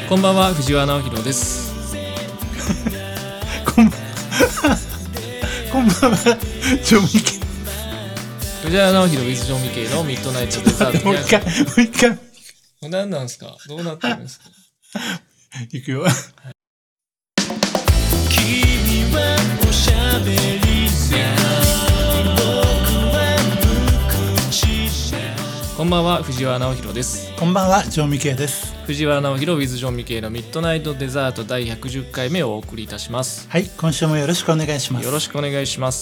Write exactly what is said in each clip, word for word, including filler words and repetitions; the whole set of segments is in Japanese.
こんばんは、藤原直弘です。 こんばんこんばんは、ジョミケ。 藤原直弘 with ジョミケのミッドナイトデザート。 もう一回、もう一回。 何なんですか？どうなってるんですか？ いくよ。 君はおしゃべりさ、僕は無口さ。 こんばんは、藤原直弘です。 こんばんは、ジョミケです。 藤原直弘 with ジョミケのミッドナイトデザート第ひゃくじゅっかいめをお送りいたします。 はい、今週もよろしくお願いします。 よろしくお願いします。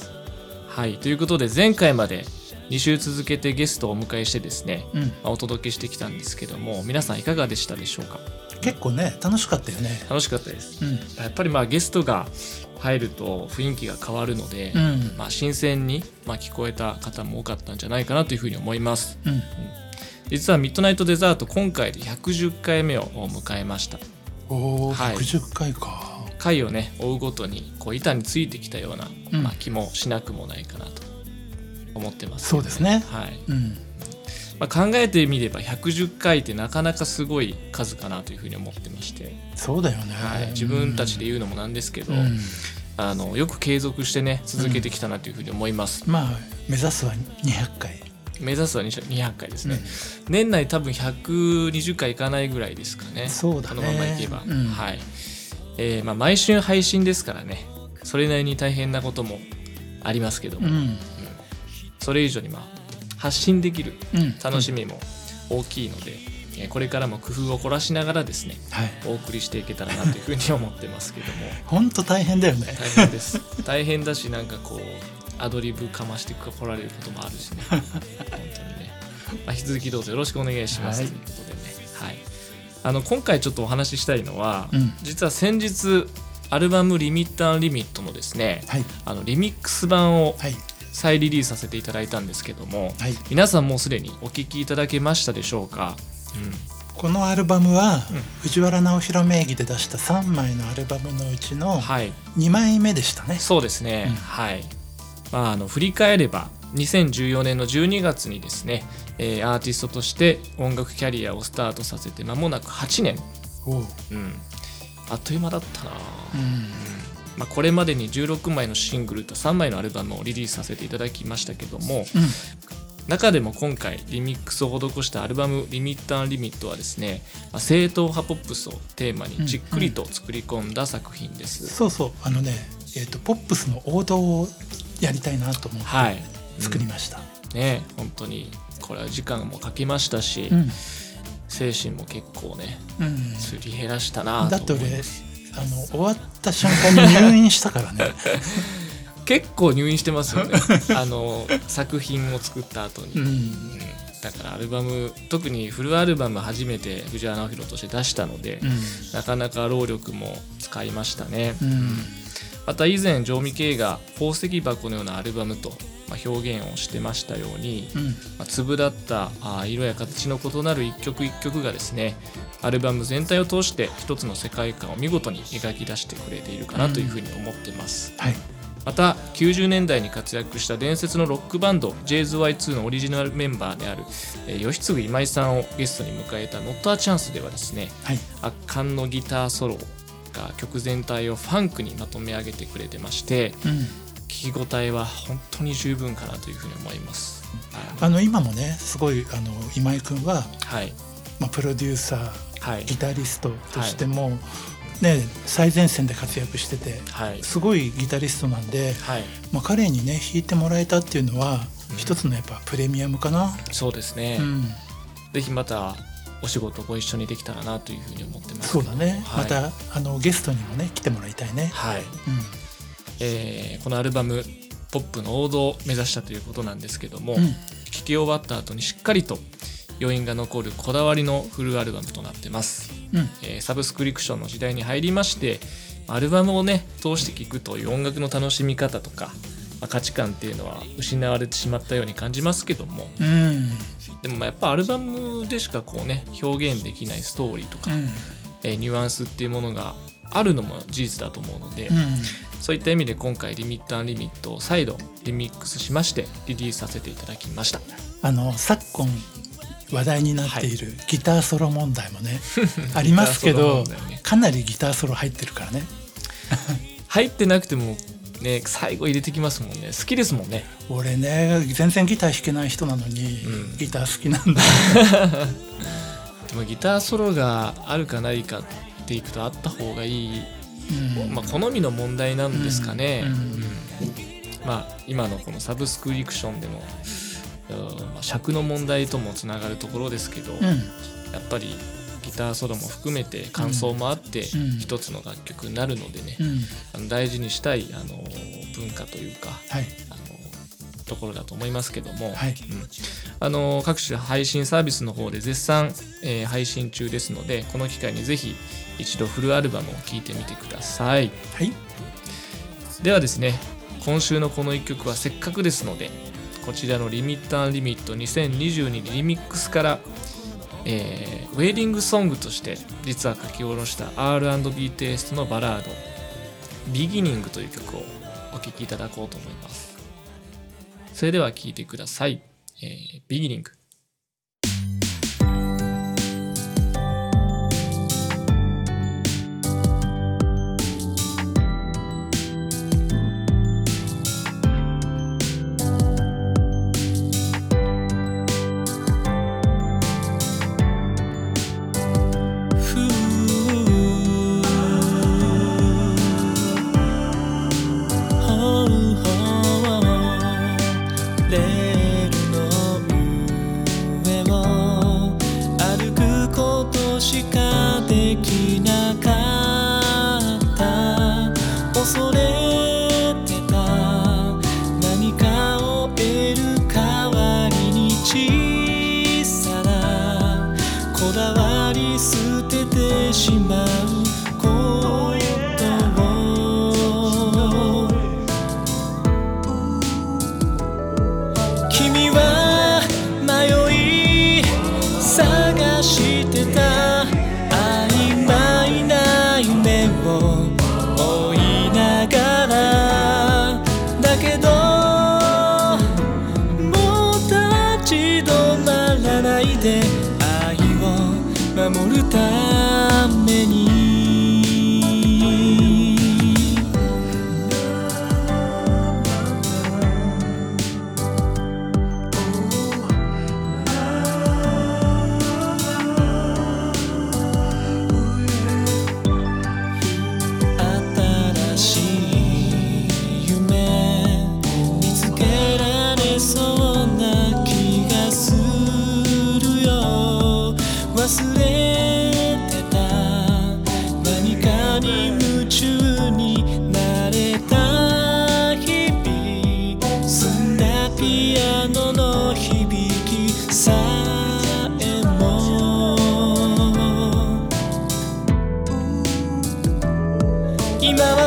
はい、ということで前回までに週続けてゲストをお迎えしてですね、うんまあ、お届けしてきたんですけども、皆さんいかがでしたでしょうか？ 結構ね、楽しかったよね。 楽しかったです、 うん、 やっぱりまあゲストが入ると雰囲気が変わるので、うんまあ、新鮮にまあ聞こえた方も多かったんじゃないかなというふうに思います、うんうん、実はミッドナイトデザート今回でひゃくじゅっかいめを迎えました。 おー、 はい、 ひゃくじゅっかいか。 回をね追うごとにこう板についてきたような、うんまあ、気もしなくもないかなと思ってます、ね、 そうですね、 はいうんまあ、考えてみればひゃくじゅっかいってなかなかすごい数かなというふうに思ってまして。 そうだよね、 はい、自分たちで言うのもなんですけど、うん、あのよく継続してね続けてきたなというふうに思います、 うん、まあ目指すはにひゃっかい、 目指すはにひゃっかいですね、うん、年内多分ひゃくにじゅっかいいかないぐらいですかね。 そうだね、 このままいけば、 うんはいえーまあ、毎週配信ですからね、それなりに大変なこともありますけども、うんうん、それ以上にまあ発信できる楽しみも大きいので、うんうん、これからも工夫を凝らしながらですね、はい、お送りしていけたらなというふうに思ってますけども本当大変だよね。 大変です大変だし、なんかこうアドリブかましてこられることもあるしね本当にね、まあ、引き続きどうぞよろしくお願いします、はい、ということでね、はい、あの今回ちょっとお話ししたいのは、うん、実は先日アルバムリミットアンリミットのですね、はい、あのリミックス版を、はい再リリースさせていただいたんですけども、はい、皆さんもうすでにお聴きいただけましたでしょうか？うん、このアルバムは、うん、藤原直弘名義で出したさんまいのアルバムのうちのにまいめでしたね、はい、 そうですね、うん、はい、まあ、あの振り返ればにせんじゅうよねんのじゅうにがつにですね、えー、アーティストとして音楽キャリアをスタートさせて間もなくはちねん、おう、うん、あっという間だったな、うんうんまあ、これまでにじゅうろくまいのシングルとさんまいのアルバムをリリースさせていただきましたけども、うん、中でも今回リミックスを施したアルバムリミットアンリミットはですね、まあ、正統派ポップスをテーマにじっくりと作り込んだ作品です、 うんうん、そうそう、あのね、えーと、ポップスの王道をやりたいなと思って作りました、はいうん、ね、本当にこれは時間もかけましたし、うん、精神も結構ね、うん、すり減らしたなと思います。 あの終わった瞬間に入院したからね結構入院してますよねあの作品を作った後に、うんうん、だからアルバム、特にフルアルバム初めて藤原直弘として出したので、うん、なかなか労力も使いましたね、うん、また以前ジョミケイが宝石箱のようなアルバムと表現をしてましたように、うんまあ、粒だったあ色や形の異なる一曲一曲がですね、アルバム全体を通して一つの世界観を見事に描き出してくれているかなというふうに思ってます、うんはい、またきゅうじゅうねんだいに活躍した伝説のロックバンド ジェイズワイツー のオリジナルメンバーである、えー、吉継今井さんをゲストに迎えた Not a Chance ではですね、はい、圧巻のギターソロが曲全体をファンクにまとめ上げてくれてまして、うん聞き応えは本当に十分かなというふうに思います。 あの今もねすごいあの今井くんは、はいまあ、プロデューサー、はい、ギタリストとしても、はいね、最前線で活躍してて、はい、すごいギタリストなんで、はいまあ、彼にね弾いてもらえたっていうのは、うん、一つのやっぱプレミアムかな。 そうですね、うん、ぜひまたお仕事ご一緒にできたらなというふうに思ってます。 そうだね、はい、またあのゲストにもね来てもらいたいね。 はい、うんえー、このアルバムポップの王道を目指したということなんですけども、うん、聴き終わった後にしっかりと余韻が残るこだわりのフルアルバムとなってます、うんえー、サブスクリプションの時代に入りまして、アルバムをね通して聴くという音楽の楽しみ方とか、まあ、価値観っていうのは失われてしまったように感じますけども、うん、でもまあやっぱアルバムでしかこうね表現できないストーリーとか、うんえー、ニュアンスっていうものがあるのも事実だと思うので、うんそういった意味で今回リミットアンリミットを再度リミックスしましてリリースさせていただきました。 あの昨今話題になっているギターソロ問題もね、はい、ありますけど、ね、かなりギターソロ入ってるからね入ってなくてもね最後入れてきますもんね。好きですもんね。 俺ね全然ギター弾けない人なのに、うん、ギター好きなんだでもギターソロがあるかないかっていくとあった方がいい、うんまあ、好みの問題なんですかね、うんうんうん、まあ今のこのサブスクリプションでもまあ、尺の問題ともつながるところですけど、うん、やっぱりギターソロも含めて感想もあって一つの楽曲になるのでね、うん、あの大事にしたいあの文化というか、はい、あのところだと思いますけども、はいうん、あの各種配信サービスの方で絶賛、えー、配信中ですのでこの機会にぜひ一度フルアルバムを聴いてみてください、はい、ではですね今週のこのいっきょくはせっかくですのでこちらのリミット&リミットにせんにじゅうにリミックスから、えー、ウェディングソングとして実は書き下ろした アールアンドビー テイストのバラードビギニングという曲をお聴きいただこうと思います。それでは聴いてください、えー、ビギニング。守るために新しい夢見つけられそうな気がするよ。忘れ今は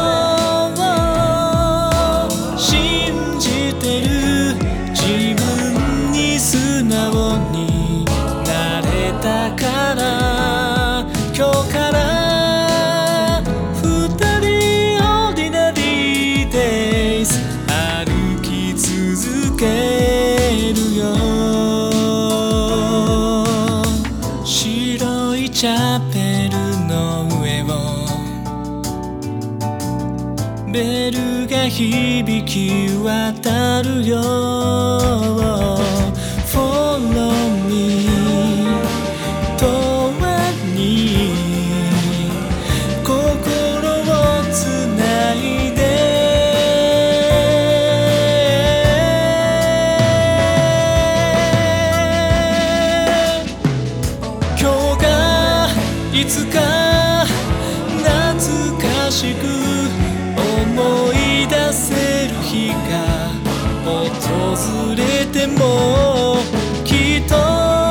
そう信じてる自分に素直になれたから今日から二人オーディナリーデイズ歩き続けるよ。白いチャペルの上をベルが響き渡るよ。 Follow me 永遠に心をつないで今日がいつか懐かしく思い出せる日が訪れてもきっと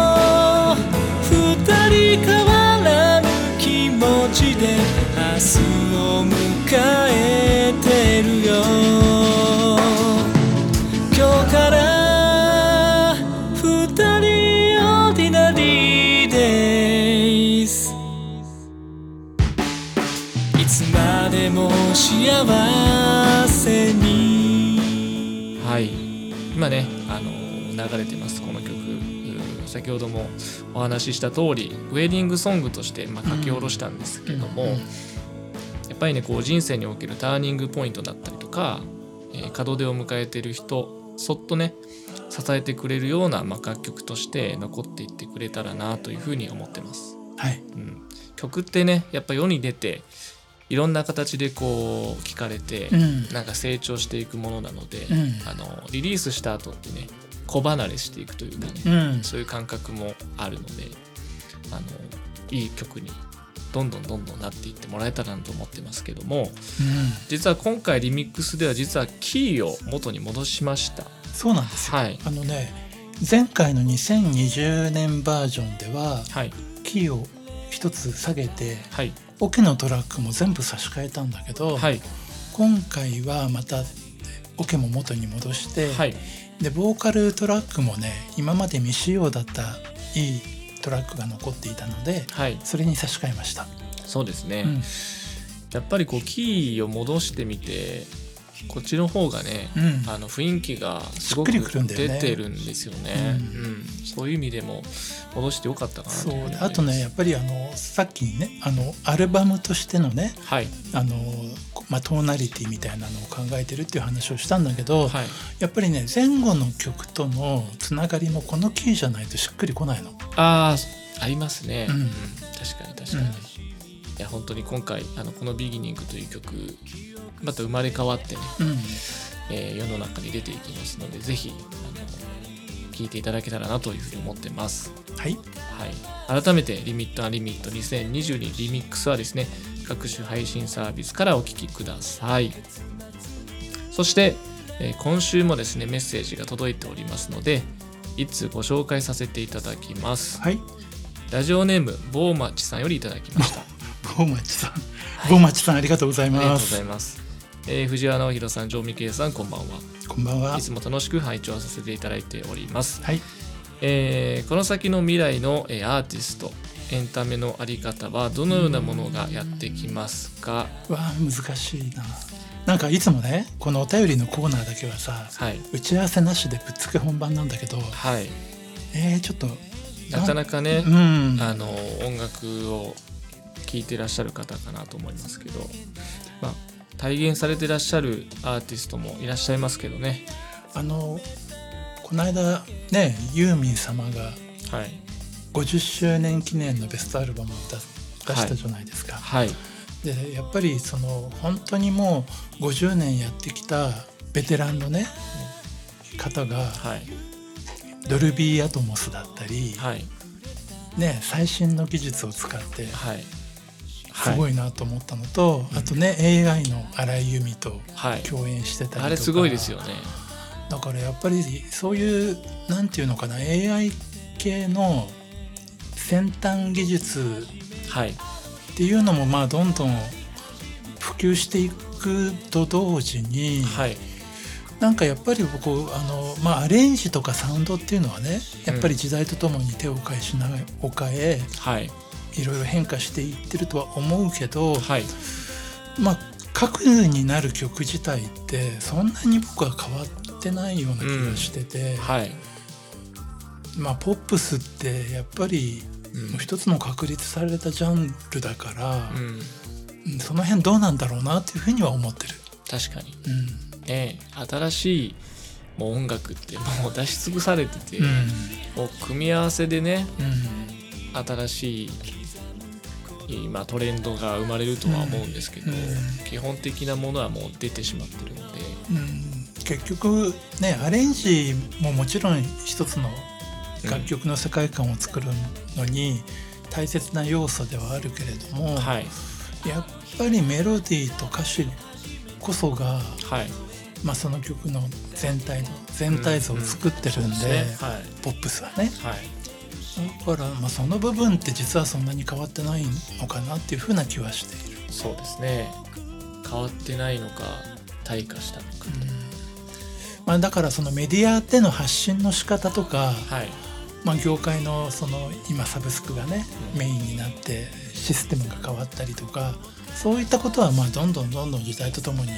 二人変わらぬ気持ちで明日を迎えてるよ。今日から二人オーディナリーデイズいつまでも幸せに。はい今ねあの流れてますこの曲先ほどもお話しした通りウェディングソングとしてまあ書き下ろしたんですけども、うんうん、やっぱりねこう人生におけるターニングポイントだったりとか、えー、門出を迎えている人そっとね支えてくれるようなまあ楽曲として残っていってくれたらなというふうに思ってます。 はい、 うん、曲ってねやっぱ世に出ていろんな形でこう聞かれて、うん、なんか成長していくものなので、うん、あのリリースした後ってね子離れしていくというかね、うん、そういう感覚もあるのであのいい曲にどんどんどんどんなっていってもらえたらなと思ってますけども、うん、実は今回リミックスでは実はキーを元に戻しました。 そうなんですよ、はい、あのね前回のにせんにじゅうねんバージョンでは、はい、キーを一つ下げて、はい、オケのトラックも全部差し替えたんだけど、はい、今回はまたオケも元に戻して、はい、でボーカルトラックもね今まで未使用だったいいトラックが残っていたので、はい、それに差し替えました。 そうですね、うん、やっぱりこうキーを戻してみてこっちの方がね、うん、あの雰囲気がすごく出てるんですよね、うんうん、そういう意味でも戻してよかったかなと思います。 そうあとねやっぱりあのさっきねあのアルバムとしてのね、はいあのまあ、トーナリティみたいなのを考えてるっていう話をしたんだけど、はい、やっぱりね前後の曲とのつながりもこのキーじゃないとしっくりこないの。 あありますね、うんうん、確かに確かに、うん、いや本当に今回あのこのビギニングという曲また生まれ変わってね、うんえー、世の中に出ていきますのでぜひあの聴いていただけたらなというふうに思ってます。 はい、 はい、改めてリミットアンリミットにせんにじゅうにリミックスはですね各種配信サービスからお聴きください。そして、えー、今週もですねメッセージが届いておりますのでいつご紹介させていただきます。 はい、 ラジオネームボーマチさんよりいただきました。 ボーマチさん、ボーマチさんありがとうございます。 ありがとうございます。えー、藤原直弘さん、城美圭さん、こんばんは。 こんばんは。 いつも楽しく拝聴させていただいております。 はい。 えー、この先の未来の、えー、アーティスト、エンタメのあり方はどのようなものがやってきますか。 わあ難しいな。なんかいつもねこのお便りのコーナーだけはさ、はい、打ち合わせなしでぶっつけ本番なんだけど、はい、えー、ちょっとなかなかね、うん、あの音楽を聴いてらっしゃる方かなと思いますけど、まあ、体現されてらっしゃるアーティストもいらっしゃいますけどね。 あのこの間ねユーミン様がごじゅっしゅうねん記念のベストアルバムを出したじゃないですか、はいはい、でやっぱりその本当にもうごじゅうねんやってきたベテランのね、うん、方が、はい、ドルビーアトモスだったり、はいね、最新の技術を使って、はいすごいなと思ったのと、はい、あとね、うん、エーアイ の荒井由実と共演してたりとか、はい、 あれすごいですよね。 だからやっぱりそういうなんていうのかな エーアイ 系の先端技術っていうのもまあどんどん普及していくと同時に、はい、なんかやっぱり僕あの、まあ、アレンジとかサウンドっていうのはねやっぱり時代とともに手を変え品を変え、はいいろいろ変化していってるとは思うけど、はい、まあ核になる曲自体ってそんなに僕は変わってないような気がしてて、うんはい、まあポップスってやっぱりもう一つの確立されたジャンルだから、うん、その辺どうなんだろうなっていうふうには思ってる。 確かに、うんね、新しいもう音楽ってもう出し尽くされてて、うん、もう組み合わせでね、うん、新しい今トレンドが生まれるとは思うんですけど、うん、基本的なものはもう出てしまってるので、 うん、結局ねアレンジももちろん一つの楽曲の世界観を作るのに大切な要素ではあるけれども、うんはい、やっぱりメロディーと歌詞こそが、はいまあ、その曲の全体の全体像を作ってるんで、うんうんねはい、ポップスはね、はいだから、まあ、その部分って実はそんなに変わってないのかなっていうふうな気はしている。 そうですね変わってないのか退化したのか、うんまあ、だからそのメディアでの発信の仕方とか、はいまあ、業界のその今サブスクがね、うん、メインになってシステムが変わったりとかそういったことはまあどんどんどんどん時代とともに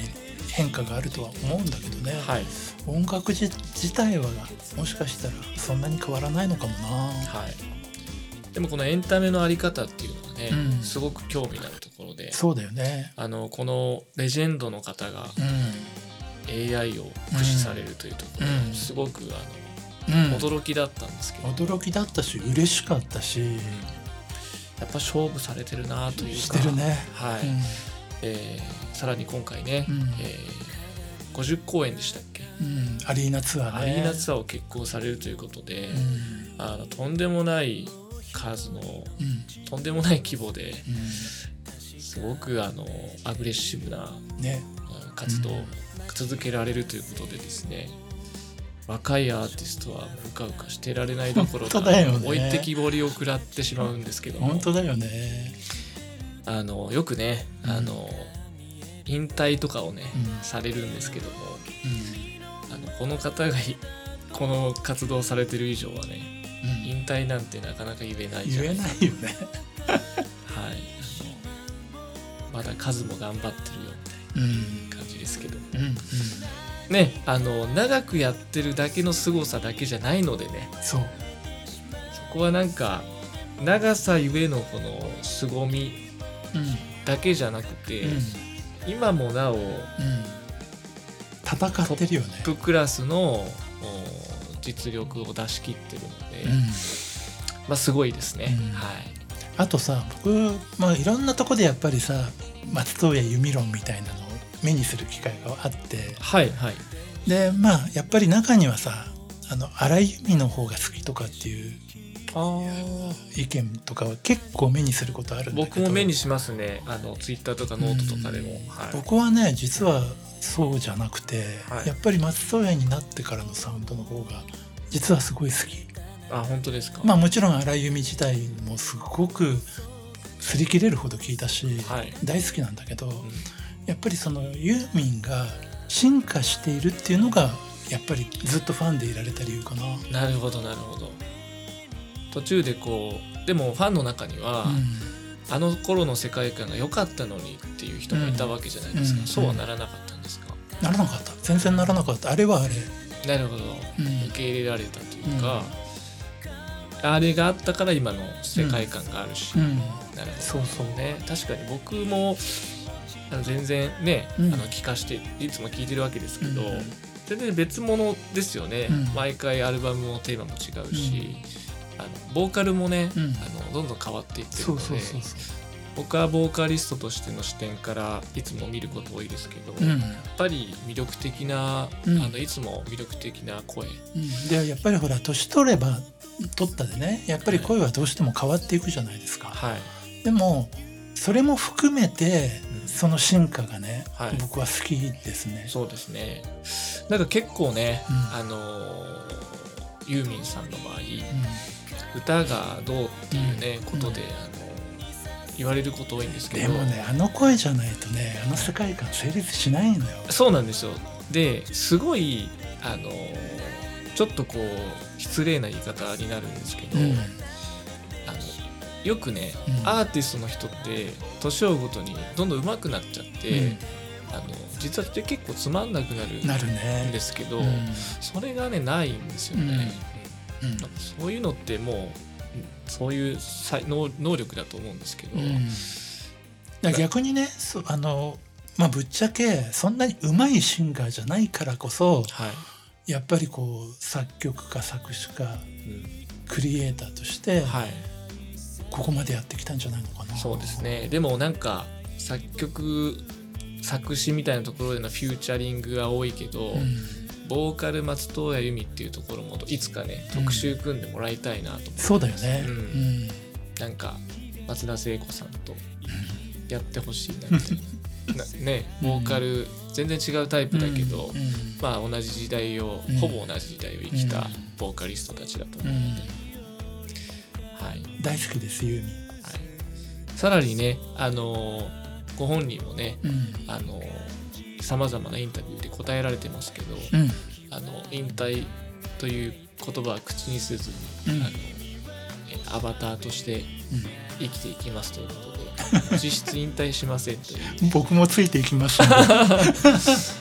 変化があるとは思うんだけどね、 はい、 音楽自, 自体はもしかしたらそんなに変わらないのかもな、 はい、でもこのエンタメのあり方っていうのはね、うん、すごく興味のあるところで、 そうだよね、 あのこのレジェンドの方が エーアイ を駆使されるというところで、うん、すごくあの、うん、驚きだったんですけど、 驚きだったし嬉しかったし、うん、 やっぱ勝負されてるなというか、 してるね、 はい、うん、えー、さらに今回ね、うん、えー、ごじゅっこうえんでしたっけ、 うん、アリーナツアーね、 アリーナツアーを決行されるということで、うん、あのとんでもない数の、うん、とんでもない規模で、うん、すごくあのアグレッシブな、ね、活動を続けられるということでですね、うん、若いアーティストはうかうかしてられないどころか、ね、置いてきぼりを食らってしまうんですけども、 本当だよね、 あのよくね、うん、あの引退とかをね、うん、されるんですけども、うん、あのこの方がこの活動されてる以上はね、うん、引退なんてなかなか言えないじゃないですか。 言えないよねはい、あのまだ数も頑張ってるよみたいな感じですけど、うんうん、ね、あの長くやってるだけの凄さだけじゃないのでね、 そう、 そこはなんか長さゆえのこの凄みだけじゃなくて、うん、今もなお、うん、 戦ってるよね、 トップクラスの実力を出し切ってるので、うん、まあすごいですね、うん、はい。 あとさ、僕、まあ、いろんなとこでやっぱりさ松任谷由実論みたいなのを目にする機会があって、 はいはい、 でまあやっぱり中にはさ、あの荒井由実の方が好きとかっていうあ意見とかは結構目にすることあるんだけど、 僕も目にしますね、あのツイッターとかノートとかでも、はい、 僕はね実はそうじゃなくて、はい、やっぱり松任谷になってからのサウンドの方が実はすごい好き。 あ、本当ですか。 まあもちろん荒井由実自体もすごく擦り切れるほど聞いたし、はい、大好きなんだけど、うん、やっぱりそのユーミンが進化しているっていうのがやっぱりずっとファンでいられた理由かな。 なるほどなるほど。途中でこうでもファンの中には、うん、あの頃の世界観が良かったのにっていう人もいたわけじゃないですか、うん、そうはならなかったんですか。 ならなかった、全然ならなかった。あれはあれ。なるほど、うん、受け入れられたというか、うん、あれがあったから今の世界観があるし、うんうん、なるほどね。 そうそうね。 確かに僕もあの全然ね、うん、あの聞かしていつも聞いてるわけですけど、うん、全然別物ですよね、うん、毎回アルバムもテーマも違うし、うん、あのボーカルもね、うん、あのどんどん変わっていってるので、そうそうそうそう、僕はボーカリストとしての視点からいつも見ること多いですけど、うん、やっぱり魅力的な、うん、あのいつも魅力的な声、 うん、でやっぱりほら年取れば取ったでね、やっぱり声はどうしても変わっていくじゃないですか、はい、でもそれも含めて、うん、その進化がね、はい、僕は好きですね。 そうですね。なんか結構ね、うん、あのユーミンさんの場合、うん、歌がどうっていうね、うん、ことで、うん、あの言われること多いんですけど、 でもねあの声じゃないとねあの世界観成立しないのよ。 そうなんですよ。ですごいあのちょっとこう失礼な言い方になるんですけど、うん、あのよくね、うん、アーティストの人って年を追うごとにどんどん上手くなっちゃって、うん、あの実は結構つまんなくなるんですけど、ね、うん、それがねないんですよね、うんうん、そういうのってもうそういう能力だと思うんですけど、 うん、逆にねあの、まあ、ぶっちゃけそんなに上手いシンガーじゃないからこそ、はい、やっぱりこう作曲家作詞家、うん、クリエイターとして、はい、ここまでやってきたんじゃないのかな。 そうですね。でもなんか作曲作詞みたいなところでのフューチャリングが多いけど、うん、ボーカル松任谷由実っていうところもいつかね特集組んでもらいたいなと思って、うん、 そうだよね、うんうん、 なんか松田聖子さんとやってほしいなみたいなね、ボーカル全然違うタイプだけど、うんうん、まあ同じ時代を、うん、ほぼ同じ時代を生きたボーカリストたちだと思うので、 うん、はい、大好きですユーミン、はい、 さらにねあのーご本人もね、うん、あのさまざまなインタビューで答えられてますけど、うん、あの引退という言葉は口にせずに、うん、あのアバターとして生きていきますということで、うん、実質引退しませんという僕もついていきます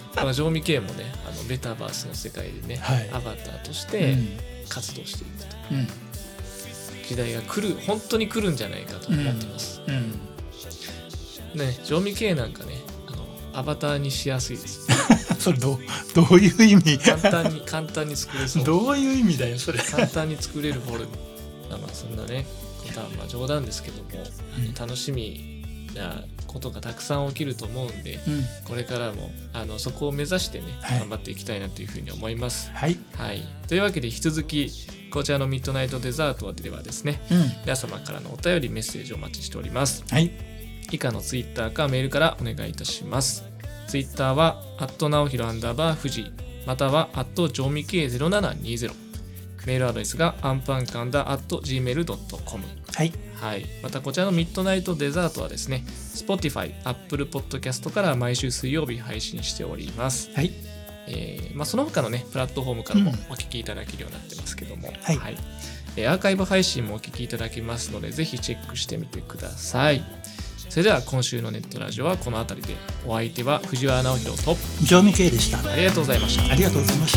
このジョーミケイもねあのメタバースの世界でね、はい、アバターとして活動していくと、うん、時代が来る本当に来るんじゃないかと思ってます、うんうんね、ジョーミケイなんかねあのアバターにしやすいですそれどう、どういう意味簡単に簡単に作れそうどういう意味だよそれ簡単に作れるフォルムまあそんなねことはまあ冗談ですけども、うん、楽しみなことがたくさん起きると思うんで、うん、これからもあのそこを目指してね、はい、頑張っていきたいなというふうに思います、 はいはい、というわけで引き続きこちらのミッドナイトデザートではですね、うん、皆様からのお便りメッセージをお待ちしております、 はい、 以下のツイッターかメールからお願いいたします。ツイッターはアットナオヒロアンダーバー富士またはアットジョーミケイゼロななにゼロ、メールアドレスがアンパンカンダアットジーメールドットコム、 はいはい、またこちらのミッドナイトデザートはですね Spotify、Apple Podcast から毎週水曜日配信しております、 はいえーまあ、その他のねプラットフォームからもお聞きいただけるようになってますけども、 はいはいえー、アーカイブ配信もお聞きいただけますのでぜひチェックしてみてください。それでは今週のネットラジオはこの辺りで、お相手は藤原直弘とジョーミケイでした。 ありがとうございました。 ありがとうございました。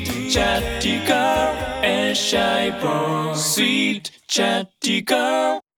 Sweet Chatty Girl